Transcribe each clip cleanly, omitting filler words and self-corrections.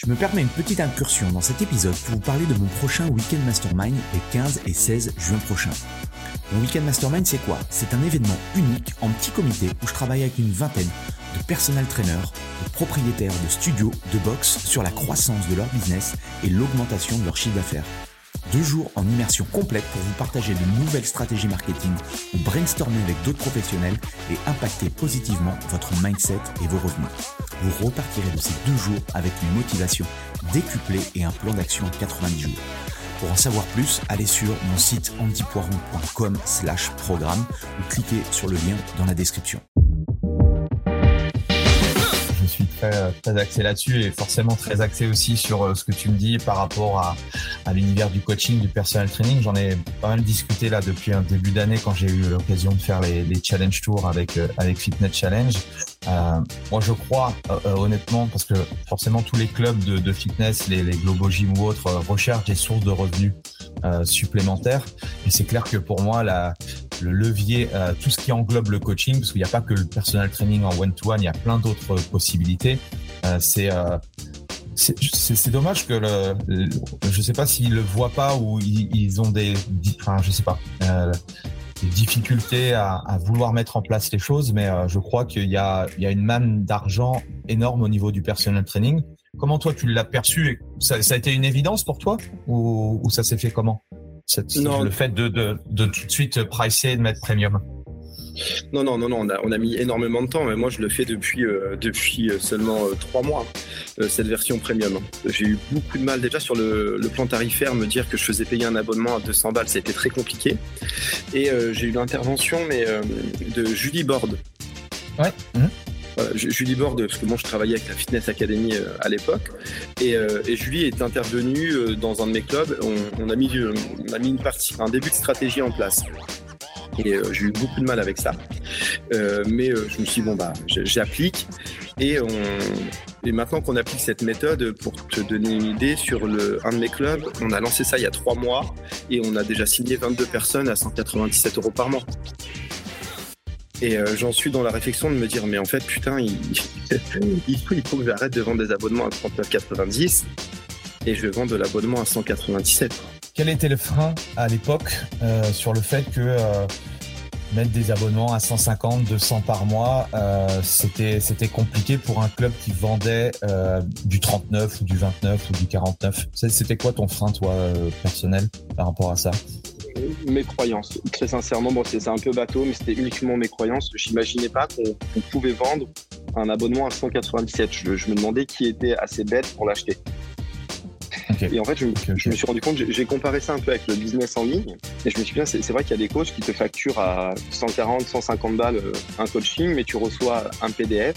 Je me permets une petite incursion dans cet épisode pour vous parler de mon prochain Weekend Mastermind les 15 et 16 juin prochains. Mon Weekend Mastermind, c'est quoi ? C'est un événement unique en petit comité où je travaille avec une vingtaine de personal trainers, de propriétaires de studios, de box sur la croissance de leur business et l'augmentation de leur chiffre d'affaires. 2 jours en immersion complète pour vous partager de nouvelles stratégies marketing ou brainstormer avec d'autres professionnels et impacter positivement votre mindset et vos revenus. Vous repartirez de ces 2 jours avec une motivation décuplée et un plan d'action en 90 jours. Pour en savoir plus, allez sur mon site andypoiron.com/programme ou cliquez sur le lien dans la description. Je suis très axé là-dessus et forcément très axé aussi sur ce que tu me dis par rapport à l'univers du coaching, du personal training. J'en ai pas mal discuté là depuis un début d'année quand j'ai eu l'occasion de faire les challenge tours avec Fitness Challenge. Moi, je crois honnêtement, parce que forcément tous les clubs de fitness, les Globo Gym ou autres, recherchent des sources de revenus supplémentaires. Et c'est clair que pour moi, le levier, tout ce qui englobe le coaching, parce qu'il n'y a pas que le personal training en one-to-one, il y a plein d'autres possibilités. C'est dommage que je sais pas s'ils le voient pas ou ils ont des difficultés à vouloir mettre en place les choses, mais je crois qu'il y a une manne d'argent énorme au niveau du personal training. Comment toi tu l'as perçu ? Ça a été une évidence pour toi ou ça s'est fait comment ? Le fait de tout de suite pricer et de mettre premium. Non, on a mis énormément de temps, mais moi je le fais depuis seulement 3 mois, cette version premium. J'ai eu beaucoup de mal déjà sur le plan tarifaire, me dire que je faisais payer un abonnement à 200 balles, ça a été très compliqué. Et j'ai eu l'intervention de Julie Borde. Ouais. Voilà, Julie Borde, parce que moi je travaillais avec la Fitness Academy à l'époque, et Julie est intervenue dans un de mes clubs. On a mis un début de stratégie en place. Et j'ai eu beaucoup de mal avec ça. Mais je me suis dit, j'applique. Et maintenant qu'on applique cette méthode, pour te donner une idée, sur un de mes clubs, on a lancé ça il y a 3 mois et on a déjà signé 22 personnes à 197 € par mois. Et j'en suis dans la réflexion de me dire, mais en fait, putain, il faut que j'arrête de vendre des abonnements à 39,90 et je vais vendre de l'abonnement à 197. Quel était le frein à l'époque sur le fait que mettre des abonnements à 150, 200 par mois, c'était compliqué pour un club qui vendait du 39 ou du 29 ou du 49 ? C'était quoi ton frein, toi, personnel, par rapport à ça ? Mes croyances. Très sincèrement, c'est un peu bateau, mais c'était uniquement mes croyances. Je n'imaginais pas qu'on pouvait vendre un abonnement à 197. Je me demandais qui était assez bête pour l'acheter. Okay. Et en fait, je me suis rendu compte, j'ai comparé ça un peu avec le business en ligne, et je me suis dit, c'est vrai qu'il y a des coachs qui te facturent à 140, 150 balles un coaching, mais tu reçois un PDF,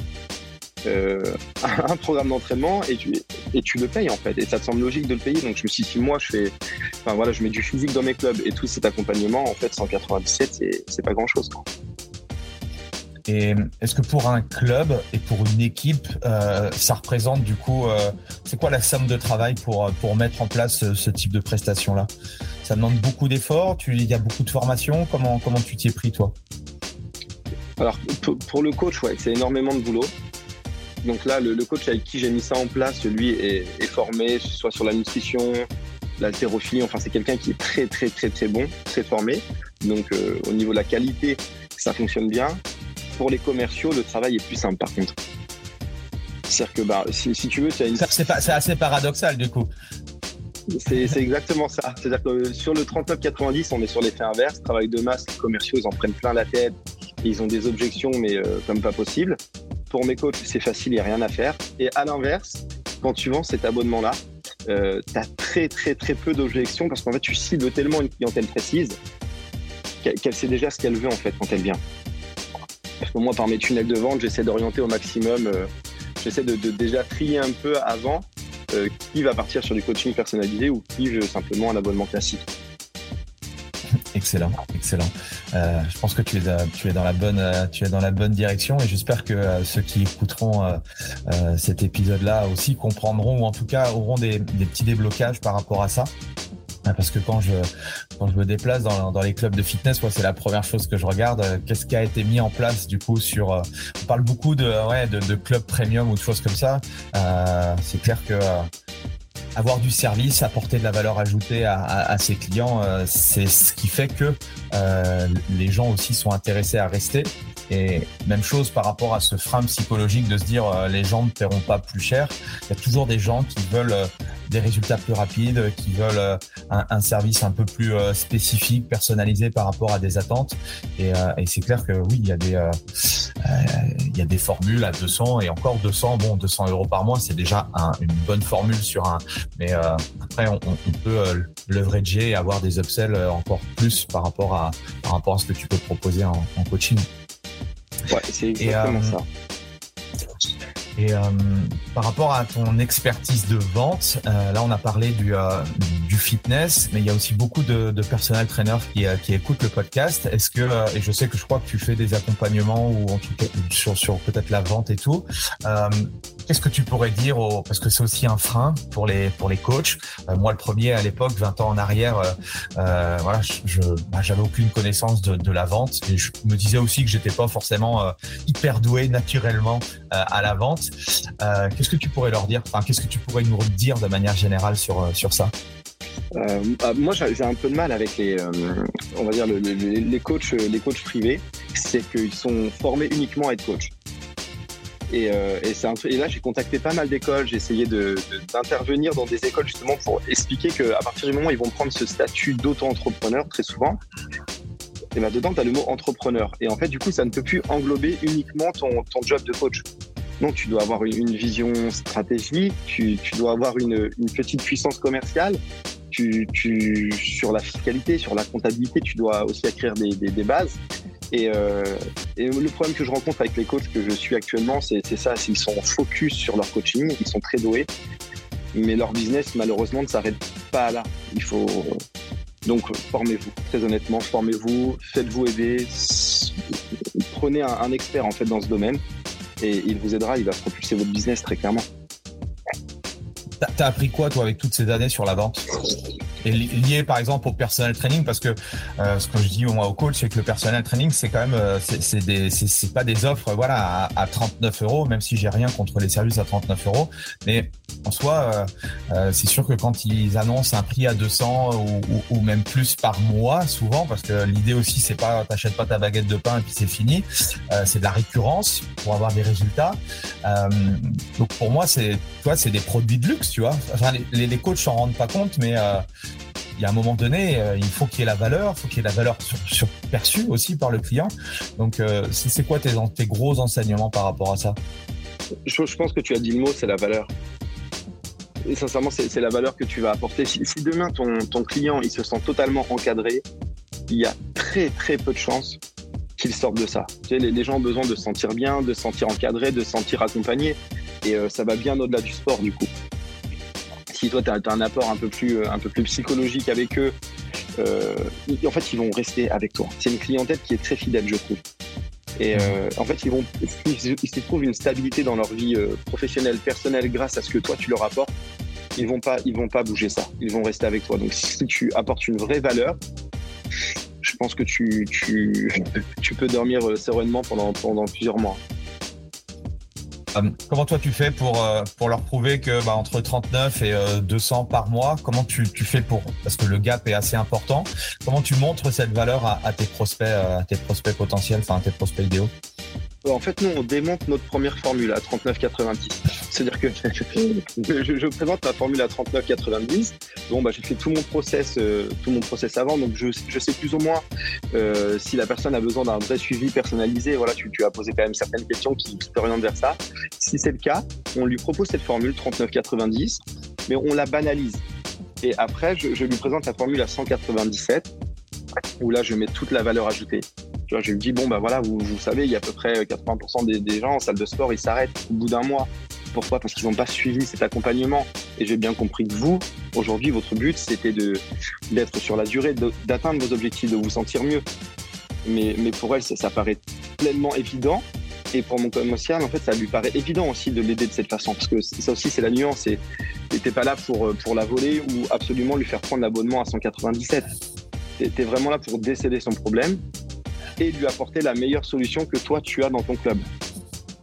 un programme d'entraînement, et tu le payes en fait, et ça te semble logique de le payer. Donc je me suis dit, si moi je mets du physique dans mes clubs et tout cet accompagnement, en fait 197, c'est pas grand chose, quoi. Et est-ce que pour un club et pour une équipe, ça représente du coup, c'est quoi la somme de travail pour mettre en place ce type de prestation-là ? Ça demande beaucoup d'efforts, il y a beaucoup de formation. Comment tu t'y es pris, toi ? Alors pour le coach, ouais, c'est énormément de boulot. Donc là, le coach avec qui j'ai mis ça en place, lui est formé, soit sur la nutrition, l'haltérophilie. Enfin, c'est quelqu'un qui est très très très très bon, très formé. Donc au niveau de la qualité, ça fonctionne bien. Pour les commerciaux, le travail est plus simple par contre. C'est-à-dire que si tu veux, tu as une... C'est assez paradoxal du coup. C'est exactement ça. C'est-à-dire que sur le 39,90, on est sur l'effet inverse. Travail de masse, les commerciaux, ils en prennent plein la tête. Et ils ont des objections, mais comme pas possible. Pour mes coachs, c'est facile, il n'y a rien à faire. Et à l'inverse, quand tu vends cet abonnement-là, tu as très très très peu d'objections parce qu'en fait, tu cibles tellement une clientèle précise qu'elle sait déjà ce qu'elle veut en fait quand elle vient. Parce que moi, par mes tunnels de vente, j'essaie d'orienter au maximum, j'essaie de déjà trier un peu avant qui va partir sur du coaching personnalisé ou qui veut simplement un abonnement classique. Excellent. Je pense que tu es dans la bonne direction et j'espère que ceux qui écouteront cet épisode-là aussi comprendront ou en tout cas auront des petits déblocages par rapport à ça. Parce que quand je me déplace dans les clubs de fitness, c'est la première chose que je regarde. Qu'est-ce qui a été mis en place du coup sur on parle beaucoup de clubs premium ou de choses comme ça. C'est clair que avoir du service, apporter de la valeur ajoutée à ses clients, c'est ce qui fait que les gens aussi sont intéressés à rester. Et même chose par rapport à ce frein psychologique de se dire les gens ne paieront pas plus cher. Il y a toujours des gens qui veulent des résultats plus rapides, qui veulent un service un peu plus spécifique, personnalisé par rapport à des attentes. Et c'est clair que oui, il y a des formules à 200 et encore 200. Bon, 200 € par mois, c'est déjà une bonne formule sur un. Mais après, on peut leverager et avoir des upsells encore plus par rapport à ce que tu peux proposer en coaching. Ouais, c'est exactement ça. Et par rapport à ton expertise de vente, là on a parlé du fitness, mais il y a aussi beaucoup de personal trainers qui écoutent le podcast. Est-ce que et je sais que je crois que tu fais des accompagnements ou en tout cas sur peut-être la vente et tout. Qu'est-ce que tu pourrais dire parce que c'est aussi un frein pour les coachs. Moi le premier à l'époque, 20 ans en arrière, voilà, j'avais aucune connaissance de la vente et je me disais aussi que j'étais pas forcément hyper doué naturellement à la vente. Qu'est-ce que tu pourrais leur dire? Enfin, qu'est-ce que tu pourrais nous dire de manière générale sur ça? Moi, j'ai un peu de mal avec on va dire les coachs privés. C'est qu'ils sont formés uniquement à être coach. Et là, j'ai contacté pas mal d'écoles. J'ai essayé d'intervenir dans des écoles justement pour expliquer qu'à partir du moment où ils vont prendre ce statut d'auto-entrepreneur, très souvent, et ben dedans, tu as le mot entrepreneur. Et en fait, du coup, ça ne peut plus englober uniquement ton job de coach. Donc, tu dois avoir une vision stratégique, tu dois avoir une petite puissance commerciale, sur la fiscalité, sur la comptabilité, tu dois aussi acquérir des bases. Et le problème que je rencontre avec les coachs que je suis actuellement, c'est ça, c'est qu'ils sont focus sur leur coaching, ils sont très doués, mais leur business, malheureusement, ne s'arrête pas là. Il faut... Donc, formez-vous, très honnêtement, formez-vous, faites-vous aider, prenez un expert en fait dans ce domaine. Et il vous aidera, il va propulser votre business très clairement. T'as appris quoi, toi, avec toutes ces années sur la vente? Et lié, par exemple, au personal training, parce que ce que je dis moi au coach, c'est que le personal training, c'est quand même, c'est pas des offres, voilà, à 39 €, même si j'ai rien contre les services à 39 €. Mais en soi, c'est sûr que quand ils annoncent un prix à 200 ou même plus par mois, souvent, parce que l'idée aussi, c'est pas, t'achètes pas ta baguette de pain et puis c'est fini. C'est de la récurrence pour avoir des résultats. Donc pour moi, c'est des produits de luxe, tu vois. Enfin, les coachs s'en rendent pas compte, mais il y a un moment donné, il faut qu'il y ait la valeur, sur perçue aussi par le client. Donc, c'est quoi tes gros enseignements par rapport à ça? Je pense que tu as dit le mot, c'est la valeur. Et sincèrement, c'est la valeur que tu vas apporter. Si demain, ton client il se sent totalement encadré, il y a très, très peu de chances qu'il sorte de ça. Tu sais, les gens ont besoin de se sentir bien, de se sentir encadré, de se sentir accompagné. Et ça va bien au-delà du sport, du coup. Si toi, tu as un apport un peu plus psychologique avec eux, en fait, ils vont rester avec toi. C'est une clientèle qui est très fidèle, je trouve. Et en fait, ils se trouvent une stabilité dans leur vie professionnelle, personnelle, grâce à ce que toi, tu leur apportes. Ils vont pas bouger ça. Ils vont rester avec toi. Donc, si tu apportes une vraie valeur, je pense que tu peux dormir sereinement pendant plusieurs mois. Comment toi tu fais pour leur prouver que entre 39 et 200 par mois, comment tu fais parce que le gap est assez important, comment tu montres cette valeur à tes prospects potentiels, enfin à tes prospects idéaux? En fait, nous, on démonte notre première formule à 39,90. C'est-à-dire que je présente ma formule à 39,90. Bon, j'ai fait tout mon process avant, donc je sais plus ou moins si la personne a besoin d'un vrai suivi personnalisé. Voilà, tu as posé quand même certaines questions qui t'orientent vers ça. Si c'est le cas, on lui propose cette formule 39,90, mais on la banalise. Et après, je lui présente la formule à 197, où là, je mets toute la valeur ajoutée. Je lui dis, voilà, vous savez, il y a à peu près 80% des gens en salle de sport, ils s'arrêtent au bout d'un mois. Pourquoi? Parce qu'ils n'ont pas suivi cet accompagnement. Et j'ai bien compris que vous, aujourd'hui, votre but, c'était d'être sur la durée, d'atteindre vos objectifs, de vous sentir mieux. Mais pour elle, ça paraît pleinement évident. Et pour mon commercial, en fait, ça lui paraît évident aussi de l'aider de cette façon. Parce que ça aussi, c'est la nuance. Et t'es pas là pour la voler ou absolument lui faire prendre l'abonnement à 197. T'es vraiment là pour déceler son problème et lui apporter la meilleure solution que toi tu as dans ton club.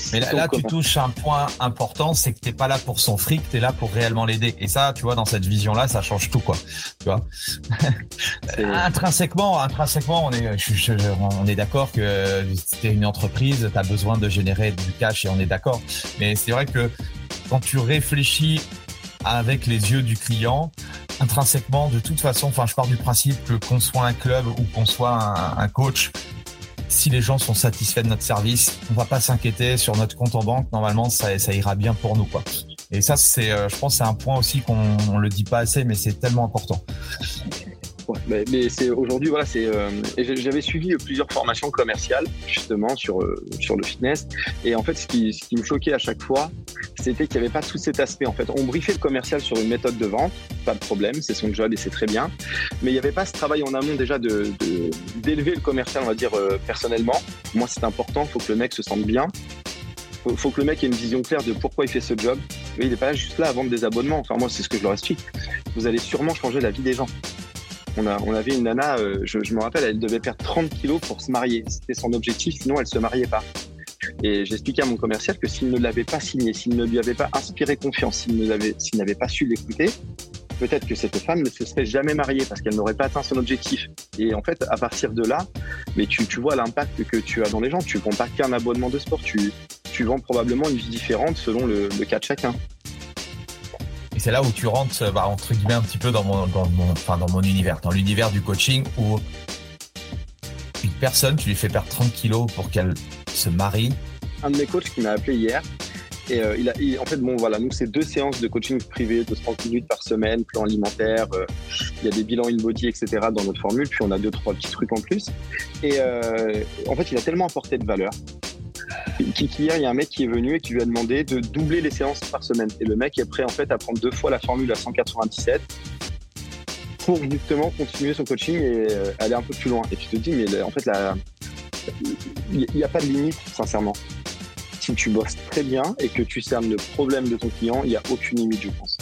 Mais là tu touches un point important, c'est que t'es pas là pour son fric, t'es là pour réellement l'aider. Et ça, tu vois, dans cette vision-là, ça change tout, quoi. Tu vois. Intrinsèquement, on est d'accord que si t'es une entreprise, t'as besoin de générer du cash et on est d'accord. Mais c'est vrai que quand tu réfléchis avec les yeux du client, intrinsèquement, de toute façon, je pars du principe que qu'on soit un club ou qu'on soit un coach, si les gens sont satisfaits de notre service, on va pas s'inquiéter sur notre compte en banque. Normalement, ça ira bien pour nous, quoi. Et ça, je pense, c'est un point aussi qu'on le dit pas assez, mais c'est tellement important. Ouais, mais c'est aujourd'hui, voilà, et j'avais suivi plusieurs formations commerciales justement sur le fitness, et en fait, ce qui me choquait à chaque fois, c'était qu'il n'y avait pas tout cet aspect. En fait, on briefait le commercial sur une méthode de vente, pas de problème, c'est son job et c'est très bien, mais il n'y avait pas ce travail en amont déjà d'élever le commercial, on va dire personnellement. Moi, c'est important, il faut que le mec se sente bien. Faut que le mec ait une vision claire de pourquoi il fait ce job. Mais il n'est pas juste là à vendre des abonnements. Enfin, moi, c'est ce que je leur explique. Vous allez sûrement changer la vie des gens. On avait une nana, je me rappelle, elle devait perdre 30 kilos pour se marier. C'était son objectif, sinon elle se mariait pas. Et j'expliquais à mon commercial que s'il ne l'avait pas signé, s'il ne lui avait pas inspiré confiance, s'il n'avait pas su l'écouter, peut-être que cette femme ne se serait jamais mariée parce qu'elle n'aurait pas atteint son objectif. Et en fait, à partir de là, mais tu vois l'impact que tu as dans les gens. Tu ne vends pas qu'un abonnement de sport, tu vends probablement une vie différente selon le cas de chacun. Et c'est là où tu rentres, entre guillemets, un petit peu dans mon univers, dans l'univers du coaching, où une personne, tu lui fais perdre 30 kilos pour qu'elle se marie. Un de mes coachs qui m'a appelé hier, et en fait, nous, c'est 2 séances de coaching privé de 30 minutes par semaine, plan alimentaire, il y a des bilans in-body, etc. dans notre formule, puis on a 2-3 petits trucs en plus. Et en fait, il a tellement apporté de valeur. Hier, il y a un mec qui est venu et qui lui a demandé de doubler les séances par semaine. Et le mec est prêt en fait à prendre 2 fois la formule à 197 pour justement continuer son coaching et aller un peu plus loin. Et tu te dis, mais en fait, il n'y a pas de limite, sincèrement. Si tu bosses très bien et que tu cernes le problème de ton client, il n'y a aucune limite, je pense.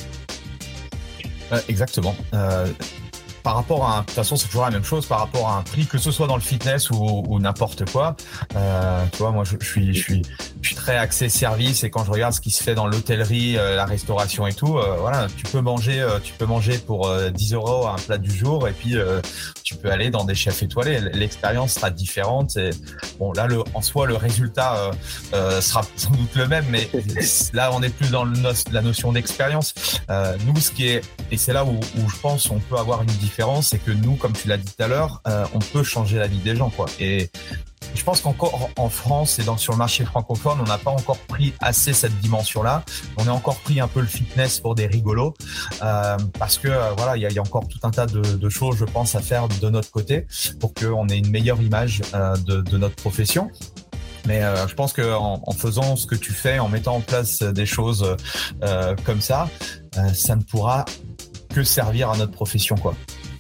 Exactement. Par rapport à de toute façon, c'est toujours la même chose par rapport à un prix, que ce soit dans le fitness ou n'importe quoi. Tu vois, moi, je suis très axé service, et quand je regarde ce qui se fait dans l'hôtellerie, la restauration et tout, voilà, tu peux manger pour 10 € un plat du jour, et puis tu peux aller dans des chefs étoilés. L'expérience sera différente. Et bon, là, en soi, le résultat sera sans doute le même, mais là, on est plus dans la notion d'expérience. Nous, et c'est là où je pense on peut avoir une différence, c'est que nous, comme tu l'as dit tout à l'heure, on peut changer la vie des gens, quoi. Et je pense qu'encore en France et sur le marché francophone, on n'a pas encore pris assez cette dimension-là. On a encore pris un peu le fitness pour des rigolos, parce que voilà, il y a encore tout un tas de choses, je pense, à faire de notre côté pour qu'on ait une meilleure image de notre profession. Mais je pense que en faisant ce que tu fais, en mettant en place des choses comme ça ne pourra que servir à notre profession, quoi.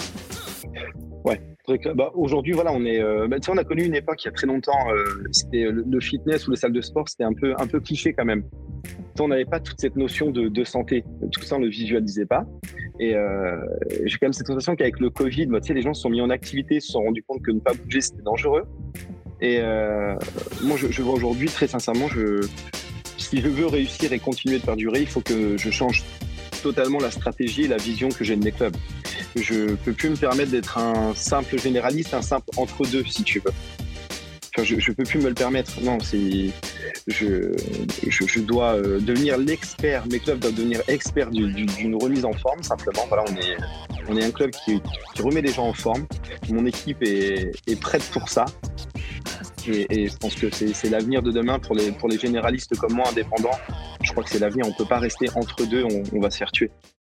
Ouais. Aujourd'hui, voilà, on a connu une époque il y a très longtemps. C'était le fitness ou les salles de sport, c'était un peu cliché quand même. On n'avait pas toute cette notion de santé. Tout ça, on ne le visualisait pas. Et j'ai quand même cette sensation qu'avec le Covid, les gens se sont mis en activité, se sont rendus compte que ne pas bouger, c'était dangereux. Et moi, je vois aujourd'hui, très sincèrement, si je veux réussir et continuer de perdurer, il faut que je change totalement la stratégie et la vision que j'ai de mes clubs. Je peux plus me permettre d'être un simple généraliste, un simple entre-deux, si tu veux. Enfin, je peux plus me le permettre. Non, je dois devenir l'expert. Mes clubs doivent devenir experts d'une remise en forme, simplement. Voilà, on est un club qui remet les gens en forme. Mon équipe est prête pour ça. Et je pense que c'est l'avenir de demain pour les généralistes comme moi, indépendants. Je crois que c'est l'avenir. On ne peut pas rester entre deux, on va se faire tuer.